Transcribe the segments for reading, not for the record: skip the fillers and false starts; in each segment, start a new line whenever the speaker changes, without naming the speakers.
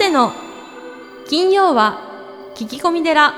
谷の金曜は聞き込み寺。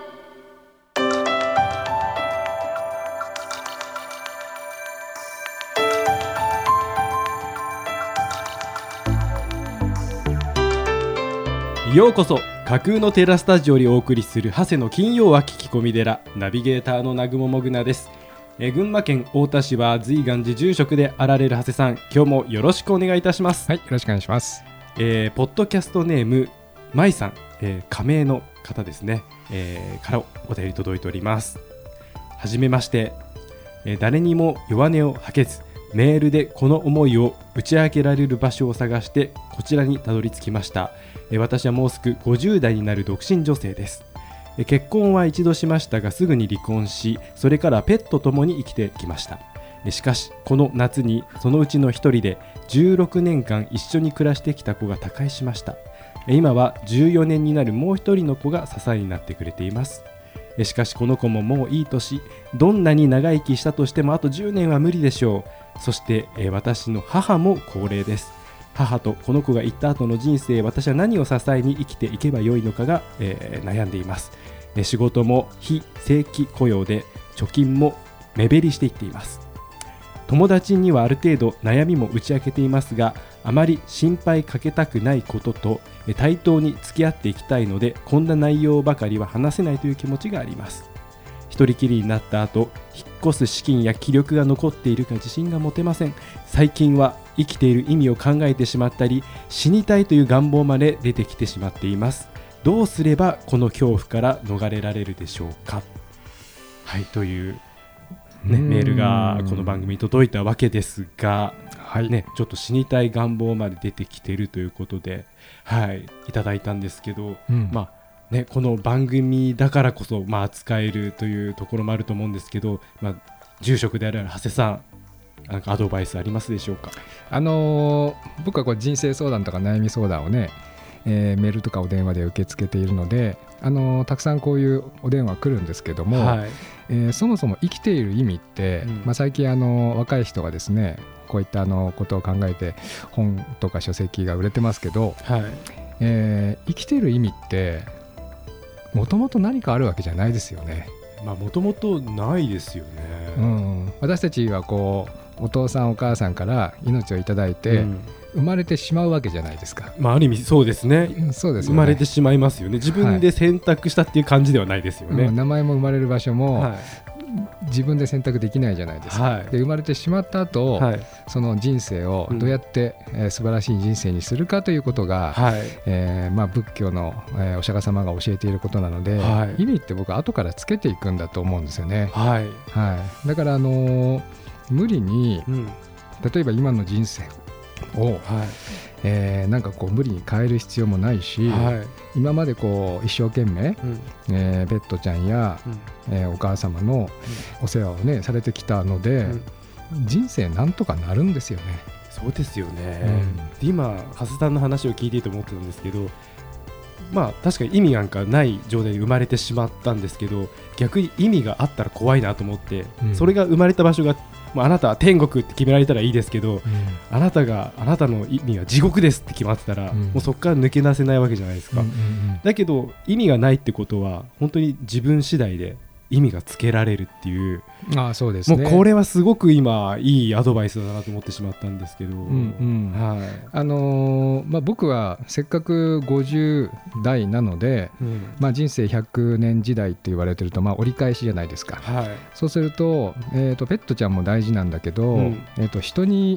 ようこそ架空のテラスタジオにお送りする長谷の金曜は聞き込み寺、ナビゲーターの南雲もぐなです。群馬県太田市は随願寺住職であられる長谷さん、今日もよろしくお願いいたします。
はい、よろしくお願いします。
ポッドキャストネームまいさん、加盟の方ですね、からお便り届いております。はじめまして、誰にも弱音を吐けずメールでこの思いを打ち明けられる場所を探してこちらにたどり着きました。私はもうすぐ50代になる独身女性です。結婚は一度しましたがすぐに離婚し、それからペットともに生きてきました。しかしこの夏にそのうちの一人で16年間一緒に暮らしてきた子が他界しました。今は14年になるもう一人の子が支えになってくれています。しかしこの子ももういい年、どんなに長生きしたとしてもあと10年は無理でしょう。そして、私の母も高齢です。母とこの子が行った後の人生、私は何を支えに生きていけばよいのかが、悩んでいます。仕事も非正規雇用で貯金も目減りしていっています。友達にはある程度悩みも打ち明けていますが、あまり心配かけたくないことと対等に付き合っていきたいので、こんな内容ばかりは話せないという気持ちがあります。一人きりになった後、引っ越す資金や気力が残っているか自信が持てません。最近は生きている意味を考えてしまったり、死にたいという願望まで出てきてしまっています。どうすればこの恐怖から逃れられるでしょうか。はい、というメールがこの番組に届いたわけですが、はいね、ちょっと死にたい願望まで出てきているということで、はい、いただいたんですけど、この番組だからこそ、扱えるというところもあると思うんですけど、住職である長谷さん、なんかアドバイスありますでしょうか。
僕はこう人生相談とか悩み相談をね、メールとかお電話で受け付けているので、たくさんこういうお電話来るんですけども、そもそも生きている意味って、最近若い人がですね、こういったことを考えて本とか書籍が売れてますけど、生きている意味ってもともと何かあるわけじゃないですよね。
もともとないですよね。
私たちはこうお父さんお母さんから命をいただいて、生まれてしまうわけじゃないですか。
ある意味そうですね。
そうですよね。
生まれてしまいますよね。自分で選択したっていう感じではないですよね。
名前も生まれる場所も、自分で選択できないじゃないですか。で生まれてしまった後、その人生をどうやって、素晴らしい人生にするかということが、仏教の、お釈迦様が教えていることなので、意味って僕は後からつけていくんだと思うんですよね。だから無理に、例えば今の人生を、なんかこう無理に変える必要もないし、今までこう一生懸命、ペットちゃんや、お母様のお世話をねされてきたので、人生なんとかなるんですよね。
そうですよね。で今長谷さんの話を聞いていて思ってたんですけど、確かに意味なんかない状態で生まれてしまったんですけど、逆に意味があったら怖いなと思って、それが生まれた場所が、あなたは天国って決められたらいいですけど、あなたの意味は地獄ですって決まってたら、もうそこから抜け出せないわけじゃないですか。だけど意味がないってことは本当に自分次第で意味がつけられるっていう、
そうですね。
もうこれはすごく今いいアドバイスだなと思ってしまったんですけど、
僕はせっかく50代なので、人生100年時代って言われてると、折り返しじゃないですか。そうすると、ペットちゃんも大事なんだけど、人に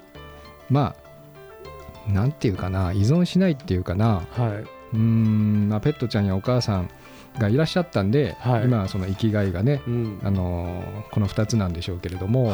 なんていうかな、依存しないっていうかな、ペットちゃんやお母さんがいらっしゃったんで、今その生きがいがね、この2つなんでしょうけれども、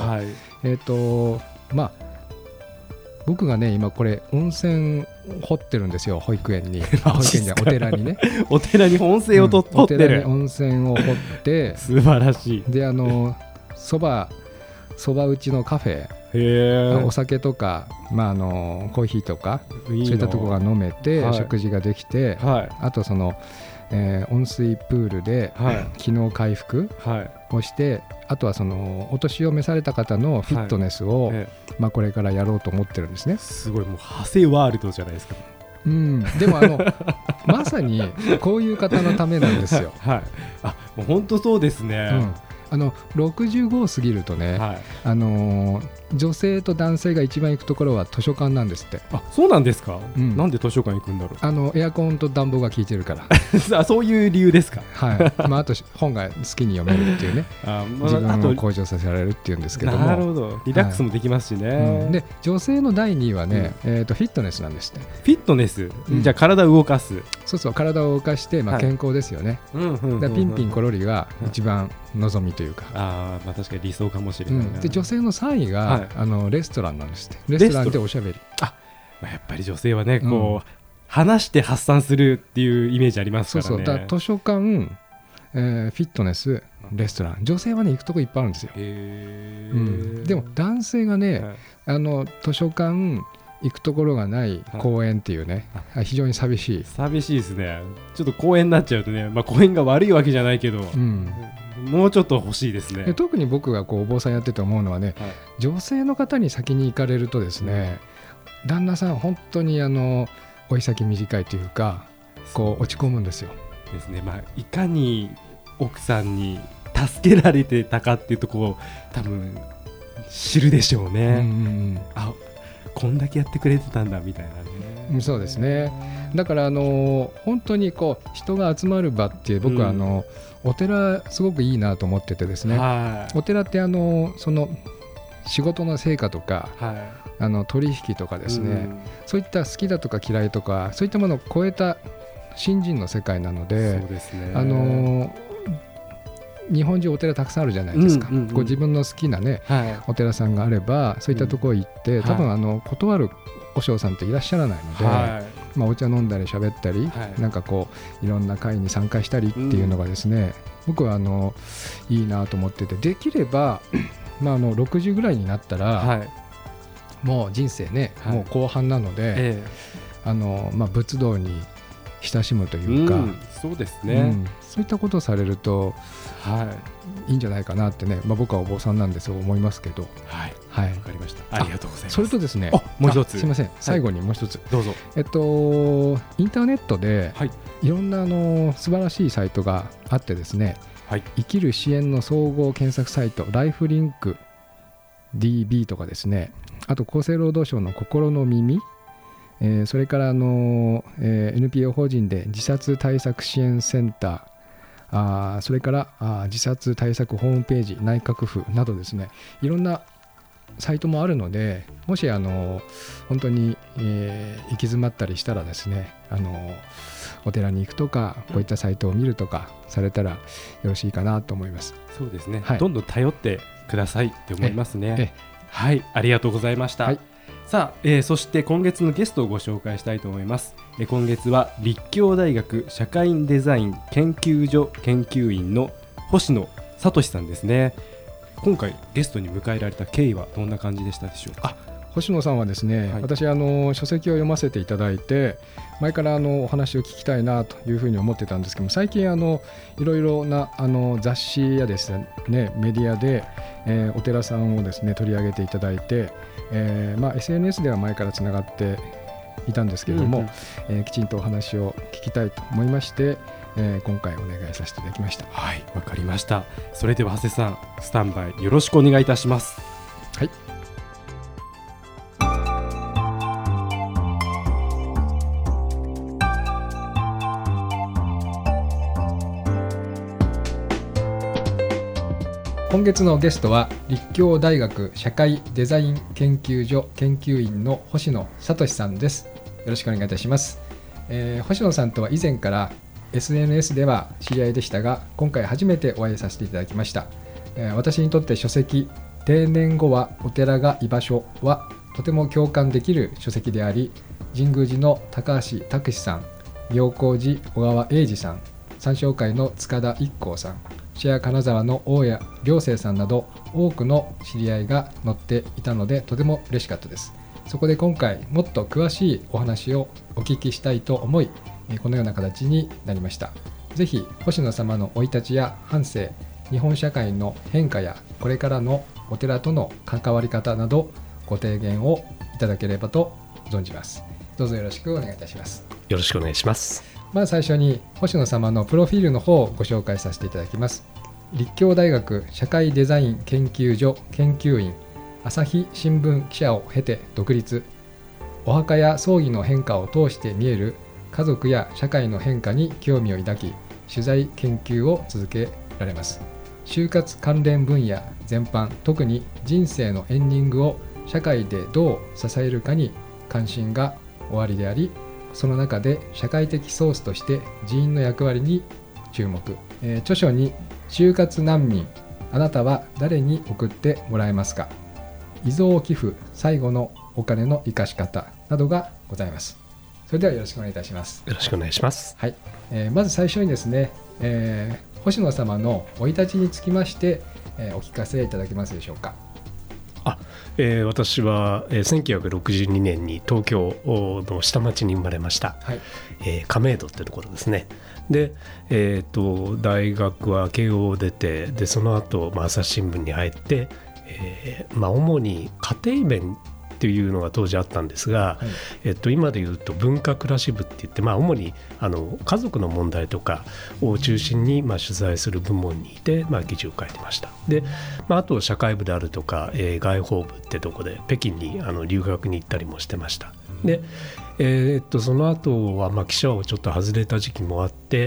僕がね今これ温泉掘ってるんですよ、保育園に保育園じゃお寺にね
お寺に温泉を掘ってる、
お寺に温泉を掘って
素晴らしい。
でそば打ちのカフェ、お酒とか、コーヒーとかそういったところが飲めて、食事ができて、あとその温水プールで機能回復をして、あとはそのお年を召された方のフィットネスを、これからやろうと思ってるんですね。
すごい、もう長谷ワールドじゃないですか。
うん、でもまさにこういう方のためなんですよ。
はい、あ、もう本当そうですね。
65を過ぎるとね、はい、女性と男性が一番行くところは図書館なんですって。
あ、そうなんですか、うん、なんで図書館行くんだろ
う。エアコンと暖房が効いてるから
あ、そういう理由ですか。
はい、まあ、あと本が好きに読めるっていうね自分を向上させられるっていうんですけども、
なるほど、リラックスもできますしね、はい、
うん、で女性の第2位はね、フィットネスなんですって。
フィットネス、じゃあ体を動かす。
そうそう、体を動かして、まあ、健康ですよね。ピンピンコロリが一番望みというか、
まあ、確かに理想かもしれないな、
で女性の3位が、はい、レストランなんですって。レストランでおしゃべり。
やっぱり女性はね、こう、話して発散するっていうイメージありますからね。
そうそう、だ図書館、フィットネス、レストラン、女性はね行くとこいっぱいあるんですよ。でも男性がね、はい、図書館行くところがない公園っていうね、はい、非常に寂しい
ですね。ちょっと公園になっちゃうとね、まあ、公園が悪いわけじゃないけど、もうちょっと欲しいですね。
特に僕がこうお坊さんやってて思うのはね、はい、女性の方に先に行かれるとですね、旦那さん本当に追い先短いというか、こう落ち込むんですよ。
ですね、まあ、いかに奥さんに助けられてたかっていうところを多分知るでしょうね。あ、こんだけやってくれてたんだみたいなね。
そうですね。だから本当にこう人が集まる場って僕はお寺すごくいいなと思っててですね、お寺ってその仕事の成果とか、取引とかですね、そういった好きだとか嫌いとかそういったものを超えた信心の世界なので、
そうですね、
日本中お寺たくさんあるじゃないですか。こう自分の好きなね、お寺さんがあればそういったところ行って、多分断る和尚さんっていらっしゃらないので、まあ、お茶飲んだり喋ったり、なんかこういろんな会に参加したりっていうのがですね、僕はいいなと思ってて、できれば、まあ、60ぐらいになったら、もう人生ね、もう後半なので、まあ、仏道に親しむというか、
そうですね、
そういったことをされると、いいんじゃないかなってね、まあ、僕はお坊さんなんでそう思いますけど。
わかりました。ありがとうございます。
それとですね、
もう一つ、
すいません、最後にもう一つ、
どうぞ。
インターネットで、いろんな素晴らしいサイトがあってですね、生きる支援の総合検索サイト、ライフリンク DB とかですね、あと厚生労働省の心の耳、それからNPO 法人で自殺対策支援センター、それから自殺対策ホームページ、内閣府などですね、いろんなサイトもあるので、もし本当に、行き詰まったりしたらですね、お寺に行くとか、こういったサイトを見るとかされたらよろしいかなと思います。
そうですね、どんどん頼ってくださいって思いますね。はい、ありがとうございました。さあ、そして今月のゲストをご紹介したいと思います。今月は立教大学社会デザイン研究所研究員の星野聡さんですね。今回ゲストに迎えられた経緯はどんな感じでしたでしょうか。
星野さんはですね、私書籍を読ませていただいて、前からお話を聞きたいなというふうに思ってたんですけども、最近いろいろな雑誌やですね、メディアで、お寺さんをですね取り上げていただいて、まあ、SNS では前からつながっていたんですけれども、きちんとお話を聞きたいと思いまして、今回お願いさせていただきました。
はい、わかりました。それでは長谷さん、スタンバイよろしくお願いいたします。
はい。今月のゲストは立教大学社会デザイン研究所研究員の星野聡さんです。よろしくお願いいたします。星野さんとは以前から SNS では知り合いでしたが、今回初めてお会いさせていただきました。私にとって書籍定年後はお寺が居場所はとても共感できる書籍であり、神宮寺の高橋拓司さん、妙光寺小川英二さん、三商会の塚田一行さん、シェア金沢の大谷良生さんなど多くの知り合いが載っていたので、とても嬉しかったです。そこで今回もっと詳しいお話をお聞きしたいと思い、このような形になりました。ぜひ星野様の生い立ちや半生、日本社会の変化やこれからのお寺との関わり方などご提言をいただければと存じます。 どうぞよろしくお願いいたします。
よろしくお願いします。
まず最初に星野様のプロフィールの方をご紹介させていただきます。立教大学社会デザイン研究所研究員、朝日新聞記者を経て独立。お墓や葬儀の変化を通して見える家族や社会の変化に興味を抱き、取材研究を続けられます。就活関連分野全般、特に人生のエンディングを社会でどう支えるかに関心がおありであり、その中で社会的ソースとして人員の役割に注目。著書に就活難民、あなたは誰に送ってもらえますか、遺贈寄付、最後のお金の生かし方などがございます。それではよろしくお願いいたします。
よろしくお願いします。
はい。まず最初にですね、星野様の生い立ちにつきまして、お聞かせいただけますでしょうか。
私は、1962年に東京の下町に生まれました、はい。亀戸ってところですね。で、大学は慶応を出て、でその後、朝日新聞に入って、主に家庭面っていうのが当時あったんですが、はい、今でいうと文化暮らし部って言って、主に家族の問題とかを中心に取材する部門にいて、記事を書いてました。で、あと社会部であるとか、外報部ってとこで北京に留学に行ったりもしてました。で、その後は記者をちょっと外れた時期もあって、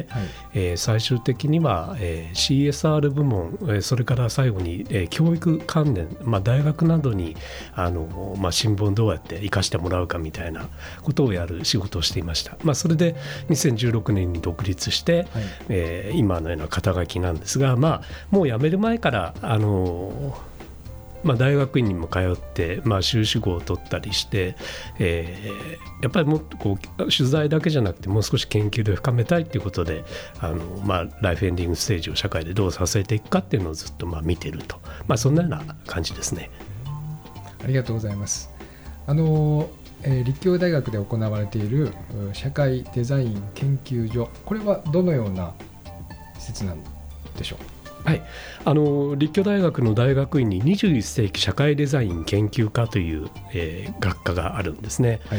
はい、最終的には、CSR 部門、それから最後に、教育関連、大学などに新聞をどうやって生かしてもらうかみたいなことをやる仕事をしていました。それで2016年に独立して、はい、今のような肩書きなんですが、もう辞める前から大学院にも通って、修士号を取ったりして、やっぱりもっと取材だけじゃなくてもう少し研究で深めたいということでライフエンディングステージを社会でどう支えていくかっていうのをずっと見てると、そんなような感じですね。
ありがとうございます。立教大学で行われている社会デザイン研究所、これはどのような施設なんでしょう。
はい、立教大学の大学院に21世紀社会デザイン研究科という、学科があるんですね。はい。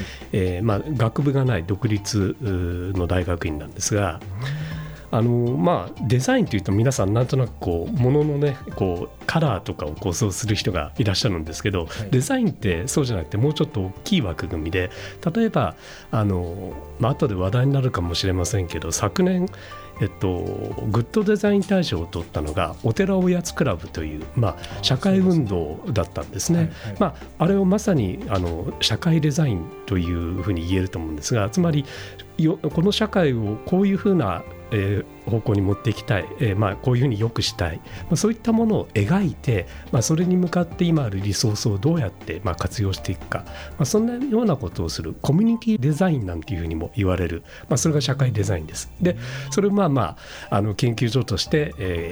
学部がない独立の大学院なんですが、デザインというと皆さんなんとなく物のねカラーとかを想像する人がいらっしゃるんですけど、はい、デザインってそうじゃなくてもうちょっと大きい枠組みで、例えば後で話題になるかもしれませんけど、昨年グッドデザイン大賞を取ったのがお寺おやつクラブという、社会運動だったんですね。はいはい、あれをまさに社会デザインというふうに言えると思うんですが、つまりこの社会をこういうふうな方向に持っていきたい、こういうふうに良くしたい、そういったものを描いて、それに向かって今あるリソースをどうやって活用していくか、そんなようなことをするコミュニティデザインなんていうふうにも言われる、それが社会デザインです。でそれを研究所として、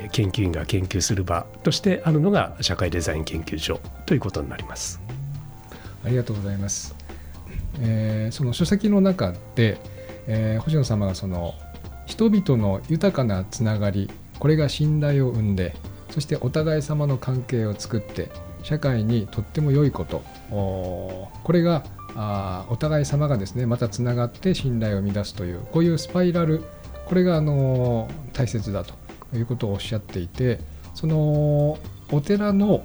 研究員が研究する場としてあるのが社会デザイン研究所ということになります。
ありがとうございます。その書籍の中で、星野様がその人々の豊かなつながり、これが信頼を生んで、そしてお互い様の関係を作って社会にとっても良いこと、これがお互い様がですねまたつながって信頼を生み出すという、こういうスパイラル、これが大切だということをおっしゃっていて、そのお寺の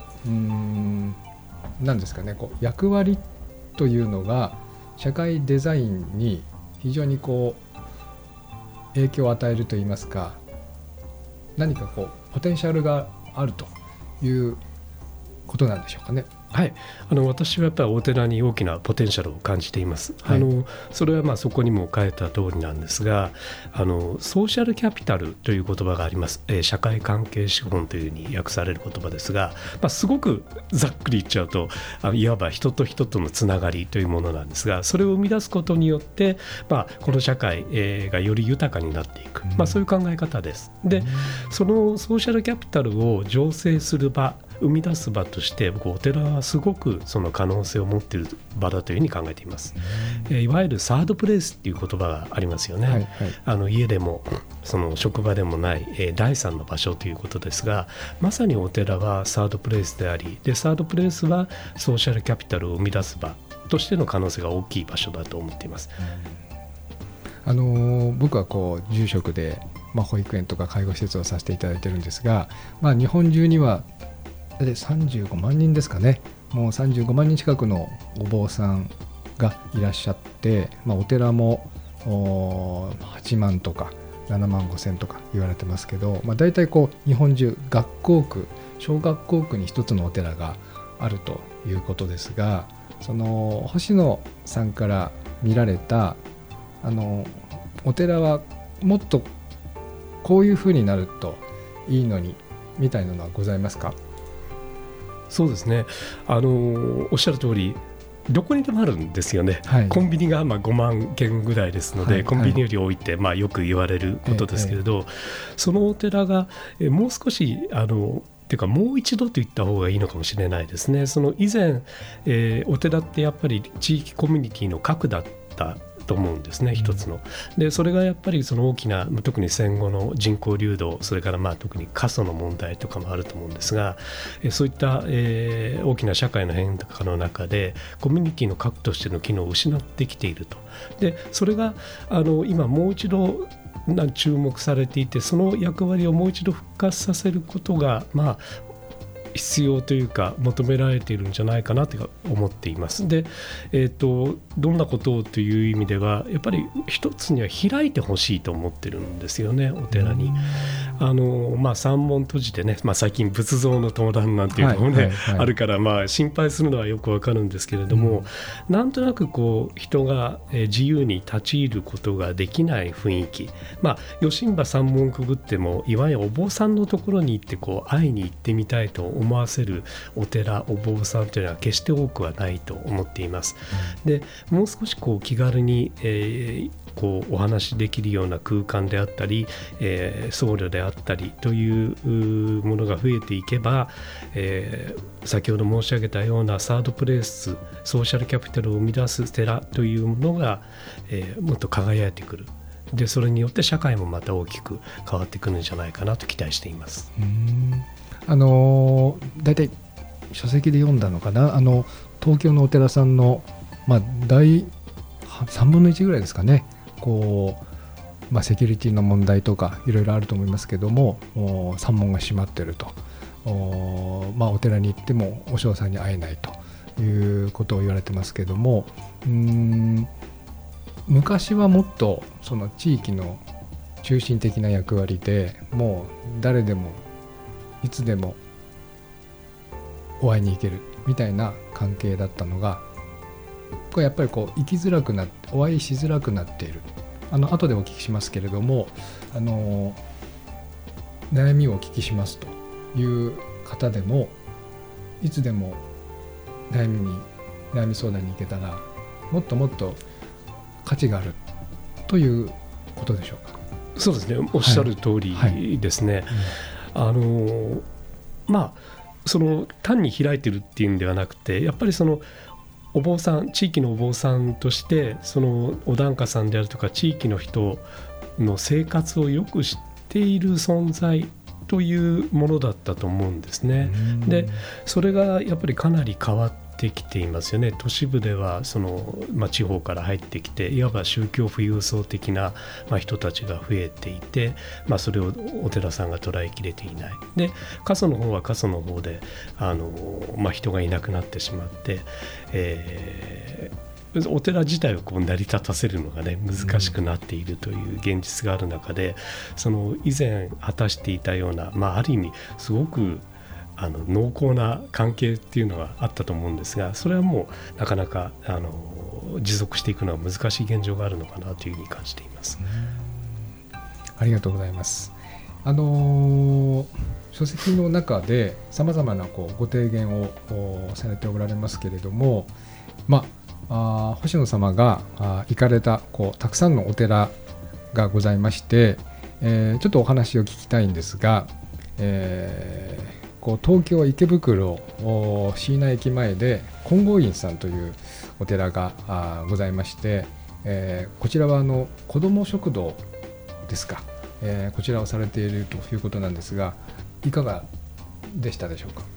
何ですかね、役割というのが社会デザインに非常に影響を与えるといいますか、何かポテンシャルがあるということなんでしょうかね。
はい、私はやっぱりお寺に大きなポテンシャルを感じています。はい、それはそこにも書いた通りなんですが、ソーシャルキャピタルという言葉があります。社会関係資本というふうに訳される言葉ですが、すごくざっくり言っちゃうといわば人と人とのつながりというものなんですが、それを生み出すことによって、この社会がより豊かになっていく、そういう考え方です。で、そのソーシャルキャピタルを醸成する場、生み出す場として僕お寺はすごくその可能性を持っている場だというふうに考えています。いわゆるサードプレイスっていう言葉がありますよね。はいはい、家でもその職場でもない、第三の場所ということですが、まさにお寺はサードプレイスであり、でサードプレイスはソーシャルキャピタルを生み出す場としての可能性が大きい場所だと思っています。
僕は住職で、保育園とか介護施設をさせていただいてるんですが、日本中には大体35万人ですかね、もう35万人近くのお坊さんがいらっしゃって、お寺も8万とか7万5千とか言われてますけど、大体日本中学校区、小学校区に一つのお寺があるということですが、その星野さんから見られたお寺はもっとこういうふうになるといいのにみたいなのはございますか？
そうですね、おっしゃる通りどこにでもあるんですよね、はい、コンビニが5万件ぐらいですので、はい、コンビニより多いってよく言われることですけれど、そのお寺がもう少しっていうかもう一度と言った方がいいのかもしれないですね。その以前、お寺ってやっぱり地域コミュニティの核だったと思うんですね、一つの。でそれがやっぱりその大きな、特に戦後の人口流動、それから特に過疎の問題とかもあると思うんですが、そういった、大きな社会の変化の中でコミュニティの核としての機能を失ってきていると。でそれが今もう一度注目されていて、その役割をもう一度復活させることが必要というか求められているんじゃないかなと思っています。で、どんなことをという意味ではやっぱり一つには開いてほしいと思ってるんですよね、お寺に。三門閉じてね、最近仏像の登壇なんていうのもね、あるから心配するのはよくわかるんですけれども、なんとなく人が自由に立ち入ることができない雰囲気、吉ンバ三門くぐってもいわゆるお坊さんのところに行って会いに行ってみたいと思わせるお寺、お坊さんというのは決して多くはないと思っています。でもう少し気軽に、お話しできるような空間であったり、僧侶であったりというものが増えていけば、先ほど申し上げたようなサードプレイス、ソーシャルキャピタルを生み出す寺というものが、もっと輝いてくる。でそれによって社会もまた大きく変わってくるんじゃないかなと期待しています。
だいたい書籍で読んだのかな、東京のお寺さんの、大3分の1ぐらいですかね、セキュリティの問題とかいろいろあると思いますけども、山門が閉まってると、お寺に行っても和尚さんに会えないということを言われてますけども、昔はもっとその地域の中心的な役割で、もう誰でもいつでもお会いに行けるみたいな関係だったのが、これやっぱり行きづらくなって、お会いしづらくなっている。後でお聞きしますけれども、悩みをお聞きしますという方でもいつでも悩み相談に行けたら、もっともっと価値があるということでしょうか。
そうですね、おっしゃる通りですね。その単に開いてるっていうんではなくて、やっぱりそのお坊さん、地域のお坊さんとしてそのお檀家さんであるとか地域の人の生活をよく知っている存在というものだったと思うんですね。でそれがやっぱりかなり変わってきていますよね。都市部では地方から入ってきて、いわば宗教富裕層的な、人たちが増えていて、それをお寺さんが捉えきれていない。で過疎の方は過疎の方で人がいなくなってしまって、お寺自体を成り立たせるのがね難しくなっているという現実がある中で、その以前果たしていたような、ある意味すごく濃厚な関係っていうのがあったと思うんですが、それはもうなかなか持続していくのは難しい現状があるのかなというふうに感じています。
ありがとうございます。書籍の中でさまざまなご提言をされておられますけれども、星野様が行かれたたくさんのお寺がございまして、ちょっとお話を聞きたいんですが、東京池袋椎名駅前で金剛院さんというお寺がございまして、こちらは子ども食堂ですか、こちらをされているということなんですが、いかがでしたでしょうか。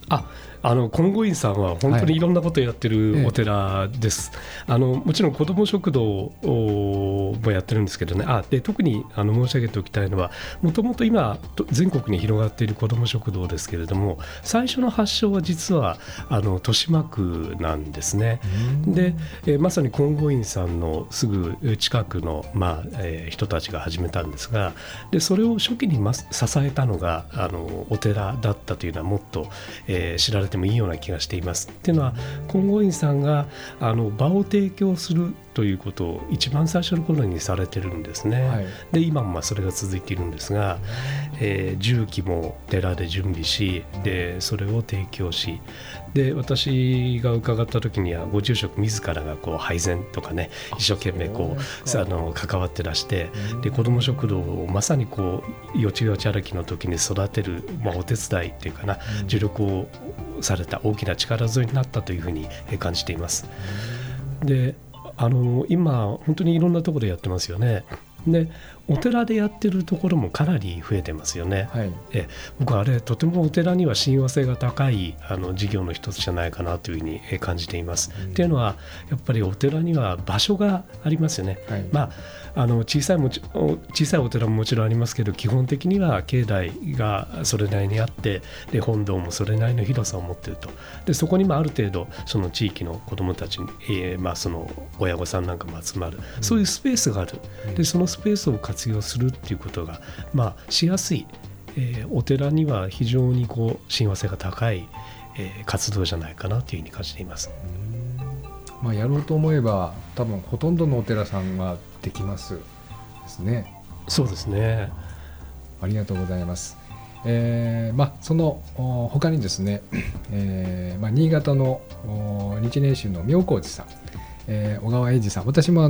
金剛院さんは本当にいろんなことをやってるお寺です、もちろん子ども食堂もやってるんですけどね。で特に申し上げておきたいのは、もともと今全国に広がっている子ども食堂ですけれども、最初の発祥は実は豊島区なんですね。で、まさに金剛院さんのすぐ近くの、人たちが始めたんですが、でそれを初期に支えたのがお寺だったというのはもっと、知られてもいいような気がしています。っていうのは、金剛院さんが場を提供するということを一番最初の頃にされてるんですね、で今もそれが続いているんですが、重機も寺で準備し、でそれを提供し、で私が伺った時にはご住職自らが配膳とかね、一生懸命関わってらして、で子ども食堂をまさによちよち歩きの時に育てる、お手伝いっていうかな、助力をされた大きな力添えになったというふうに感じています。で今本当にいろんなところでやってますよね。でお寺でやってるところもかなり増えてますよね、僕はあれとてもお寺には親和性が高い事業の一つじゃないかなというふうに感じています、っていうのはやっぱりお寺には場所がありますよね、小さいお寺ももちろんありますけど、基本的には境内がそれなりにあって、で本堂もそれなりの広さを持っていると。でそこにもある程度その地域の子どもたちに、その親御さんなんかも集まる、そういうスペースがある。でそのスペースを活用するっていうことが、しやすい、お寺には非常に親和性が高い、活動じゃないかなというふうに感じています。
やろうと思えば多分ほとんどのお寺さんができますですね。
そうですね。
ありがとうございます。その他にですね、新潟の日蓮宗の妙高寺さん、小川英二さん、私も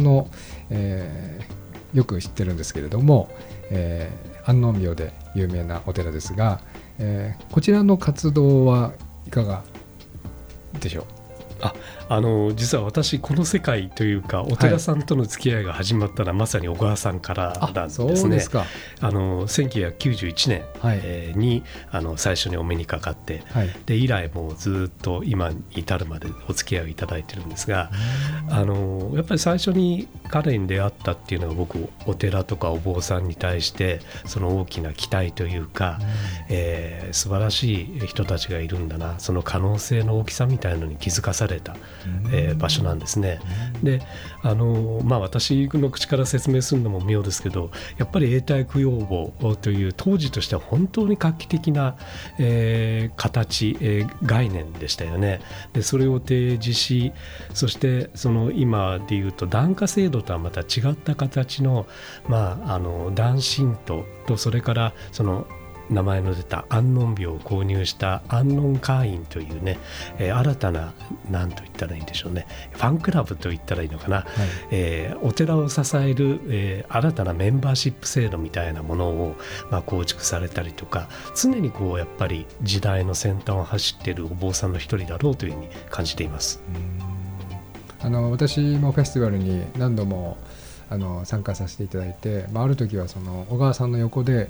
よく知ってるんですけれども、安納廟で有名なお寺ですが、こちらの活動はいかがでしょう。
実は私この世界というかお寺さんとの付き合いが始まったのはまさに小川さんからなんですね。
そうですか。
1991年、に最初にお目にかかって、で以来もうずっと今に至るまでお付き合いをいただいてるんですが、やっぱり最初に彼に出会ったっていうのは、僕お寺とかお坊さんに対してその大きな期待というか、素晴らしい人たちがいるんだな、その可能性の大きさみたいなのに気づかされた、場所なんですね。で私の口から説明するのも妙ですけど、やっぱり永代供養墓という当時としては本当に画期的な、形、概念でしたよね。でそれを提示し、そしてその今でいうと檀家制度とはまた違った形の、檀神徒と、それからその名前の出た安納廟を購入した安納会員というね、新たな、何と言ったらいいんでしょうね、ファンクラブと言ったらいいのかな、お寺を支える、新たなメンバーシップ制度みたいなものを、構築されたりとか、常にやっぱり時代の先端を走っているお坊さんの一人だろうというふうに感じています。
私もフェスティバルに何度も参加させていただいて、ある時はその小川さんの横で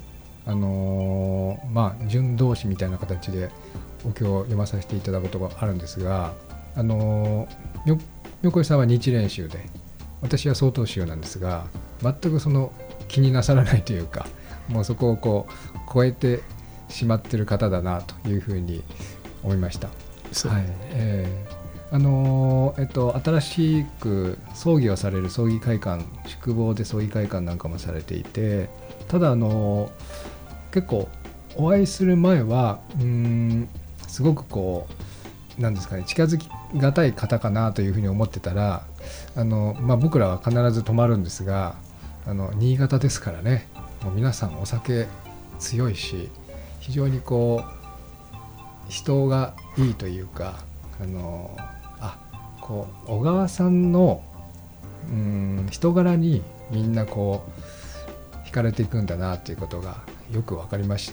準同士みたいな形でお経を読まさせていただくことがあるんですが、妙高さんは日蓮宗で、私は曹洞宗なんですが、全くその気になさらないというか、もうそこを超えてしまっている方だなというふうに思いました。新しく葬儀をされる葬儀会館、宿坊で葬儀会館なんかもされていて、ただ結構お会いする前はすごくなんですかね、近づきがたい方かなというふうに思ってたら、僕らは必ず泊まるんですが、新潟ですからね、もう皆さんお酒強いし、非常に人がいいというか、小川さんの人柄にみんな惹かれていくんだなということがよく分かりまし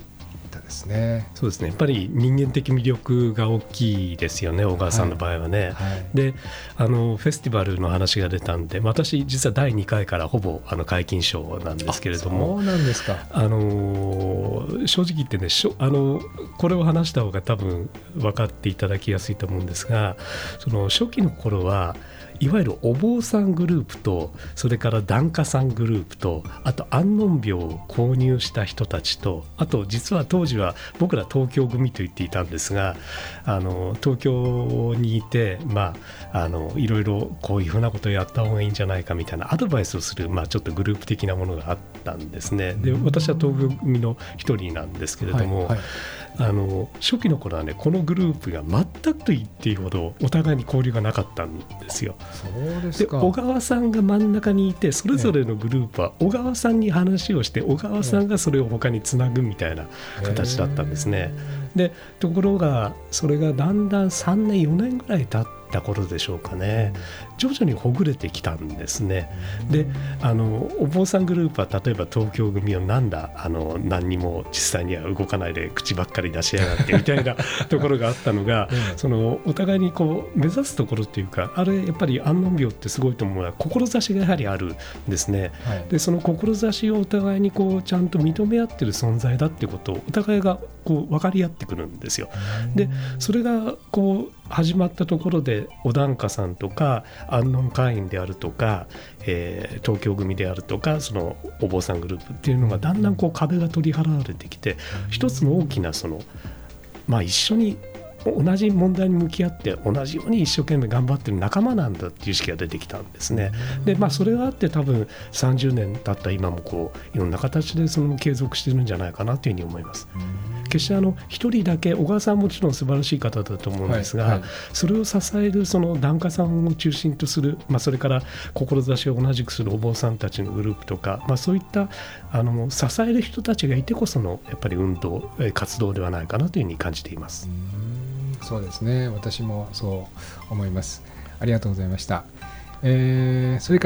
ったですね。
そうですね、やっぱり人間的魅力が大きいですよね、小川さんの場合はね、でフェスティバルの話が出たんで、私実は第2回からほぼ皆勤賞なんですけれども、
そうなんですか。
正直言ってね、これを話した方が多分分かっていただきやすいと思うんですが、その初期の頃はいわゆるお坊さんグループと、それから檀家さんグループと、あと安穏病を購入した人たちと、あと実は当時は僕ら東京組と言っていたんですが、東京にいて、いろいろこういうふうなことをやった方がいいんじゃないかみたいなアドバイスをする、ちょっとグループ的なものがあったんですね。で、私は東京組の一人なんですけれども、初期の頃はね、このグループが全くと言っていいほどお互いに交流がなかったんですよ。
そうですか。
で、小川さんが真ん中にいて、それぞれのグループは小川さんに話をして、小川さんがそれを他につなぐみたいな形だったんですね。で、ところがそれがだんだん3年4年ぐらい経った頃でしょうかね、徐々にほぐれてきたんですね。で、お坊さんグループは例えば東京組を何にも実際には動かないで口ばっかり出しやがってみたいなところがあったのがそのお互いにこう目指すところっていうか、あれやっぱり安穏病ってすごいと思うのは志がやはりあるんですね。で、その志をお互いにこうちゃんと認め合ってる存在だってことをお互いがこう分かり合ってくるんですよ。で、それがこう始まったところで、お檀家さんとか安穏会員であるとか、東京組であるとか、そのお坊さんグループっていうのがだんだんこう壁が取り払われてきて、一つの大きな一緒に同じ問題に向き合って同じように一生懸命頑張ってる仲間なんだっていう意識が出てきたんですね。で、それがあって多分30年経った今もこういろんな形でその継続してるんじゃないかなというふうに思います。決して一人だけ、小川さんもちろん素晴らしい方だと思うんですが、それを支えるその檀家さんを中心とする、それから志を同じくするお坊さんたちのグループとか、そういった支える人たちがいてこそのやっぱり運動活動ではないかなというふうに感じています。
そうですね、私もそう思います。ありがとうございました。それから、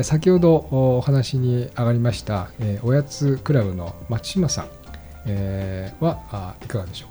先ほどお話に上がりました、おやつクラブの松島さん、はいかがでしょ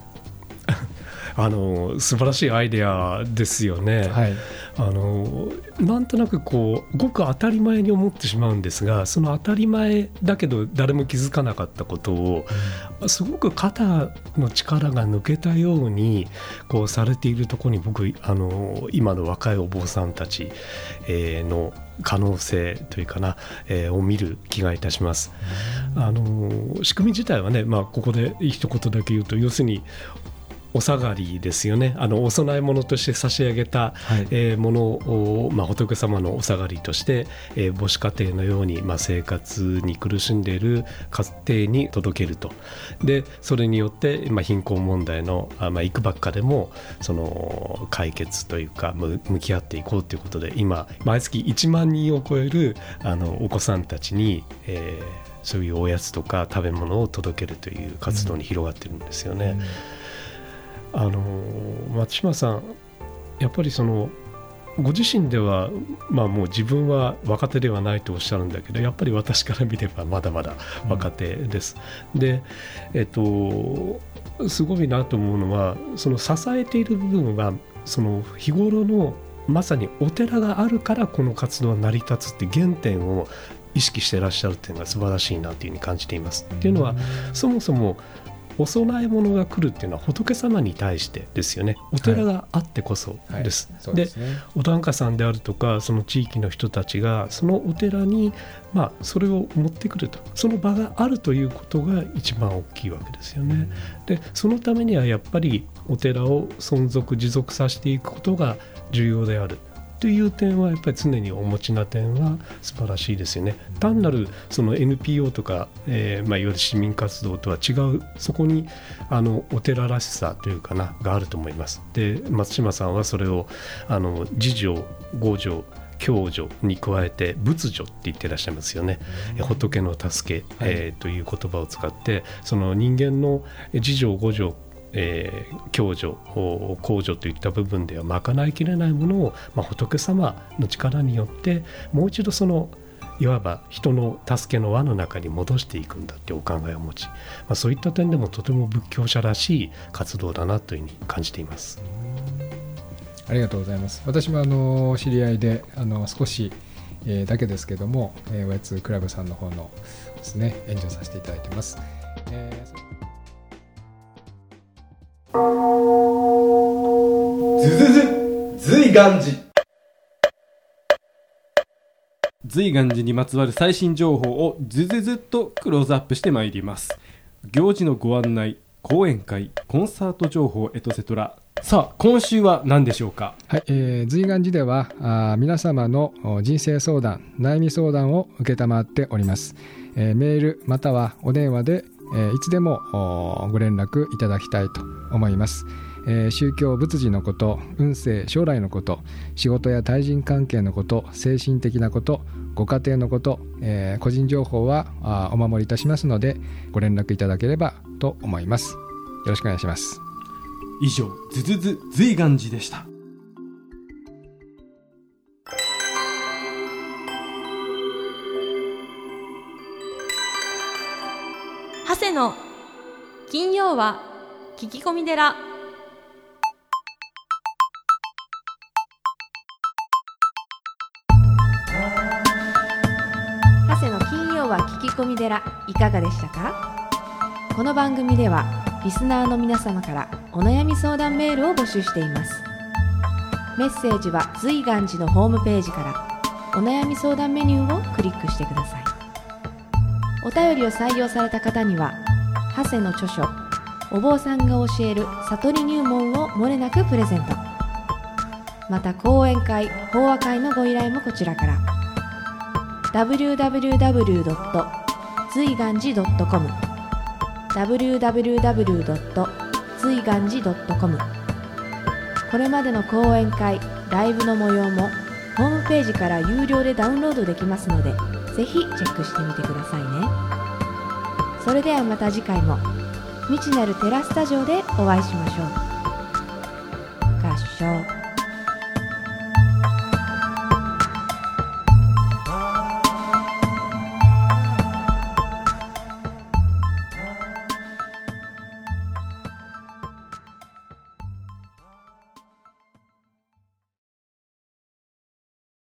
う。素晴らしいアイデアですよね。なんとなくこうごく当たり前に思ってしまうんですが、その当たり前だけど誰も気づかなかったことを、すごく肩の力が抜けたようにこうされているところに、僕今の若いお坊さんたちの可能性というかな、を見る気がいたします。仕組み自体はね、ここで一言だけ言うと、要するにお下がりですよね。お供え物として差し上げた、ものを、仏様のお下がりとして、母子家庭のように、生活に苦しんでいる家庭に届けると。で、それによって、貧困問題の、いくばっかでもその解決というか向き合っていこうということで、今毎月1万人を超えるお子さんたちに、そういうおやつとか食べ物を届けるという活動に広がってるんですよね。松島さん、やっぱりご自身では、もう自分は若手ではないとおっしゃるんだけど、やっぱり私から見ればまだまだ若手です。で、すごいなと思うのは、その支えている部分はその日頃のまさにお寺があるからこの活動が成り立つって原点を意識していらっしゃるっていうのが素晴らしいなというふうに感じています。っていうのは、そもそもお供え物が来るっていうのは仏様に対してですよね。お寺があってこそです。で、お檀家さんであるとかその地域の人たちがそのお寺に、それを持ってくると、その場があるということが一番大きいわけですよね。で、そのためにはやっぱりお寺を存続持続させていくことが重要であるという点は、やっぱり常にお持ちな点は素晴らしいですよね。単なるその NPO とか、いわゆる市民活動とは違う、そこにお寺らしさというかながあると思います。で、松島さんはそれを自助互助共助に加えて仏助って言ってらっしゃいますよね。仏の助け、という言葉を使って、その人間の自助互助共助公助といった部分では賄いきれないものを、仏様の力によってもう一度そのいわば人の助けの輪の中に戻していくんだってお考えを持ち、そういった点でもとても仏教者らしい活動だなというふうに感じています。
ありがとうございます。私も知り合いで少しだけですけども、おやつクラブさんの方のですね、援助させていただいてます。
ずずず随願寺。随願寺にまつわる最新情報をずずずっとクローズアップしてまいります。行事のご案内、講演会、コンサート情報エトセトラ。さあ今週は何でしょうか。
はい、随願寺では皆様の人生相談、悩み相談を承っております。メールまたはお電話で、いつでもご連絡いただきたいと思います。宗教仏事のこと、運勢将来のこと、仕事や対人関係のこと、精神的なこと、ご家庭のこと、個人情報はお守りいたしますのでご連絡いただければと思います。よろしくお願いします。
以上、ずずず随願寺でした。
長谷の金曜は聞き込み寺。長谷の金曜は聞き込み寺、いかがでしたか。この番組ではリスナーの皆様からお悩み相談メールを募集しています。メッセージは随願寺のホームページからお悩み相談メニューをクリックしてください。お便りを採用された方には長谷の著書お坊さんが教える悟り入門をもれなくプレゼント。また講演会、法話会のご依頼もこちらから。www. 随願寺 .com www. 随願寺 .com。 これまでの講演会、ライブの模様もホームページから有料でダウンロードできますので、ぜひチェックしてみてくださいね。それではまた次回も未知なるテラスタジオでお会いしましょう。合唱。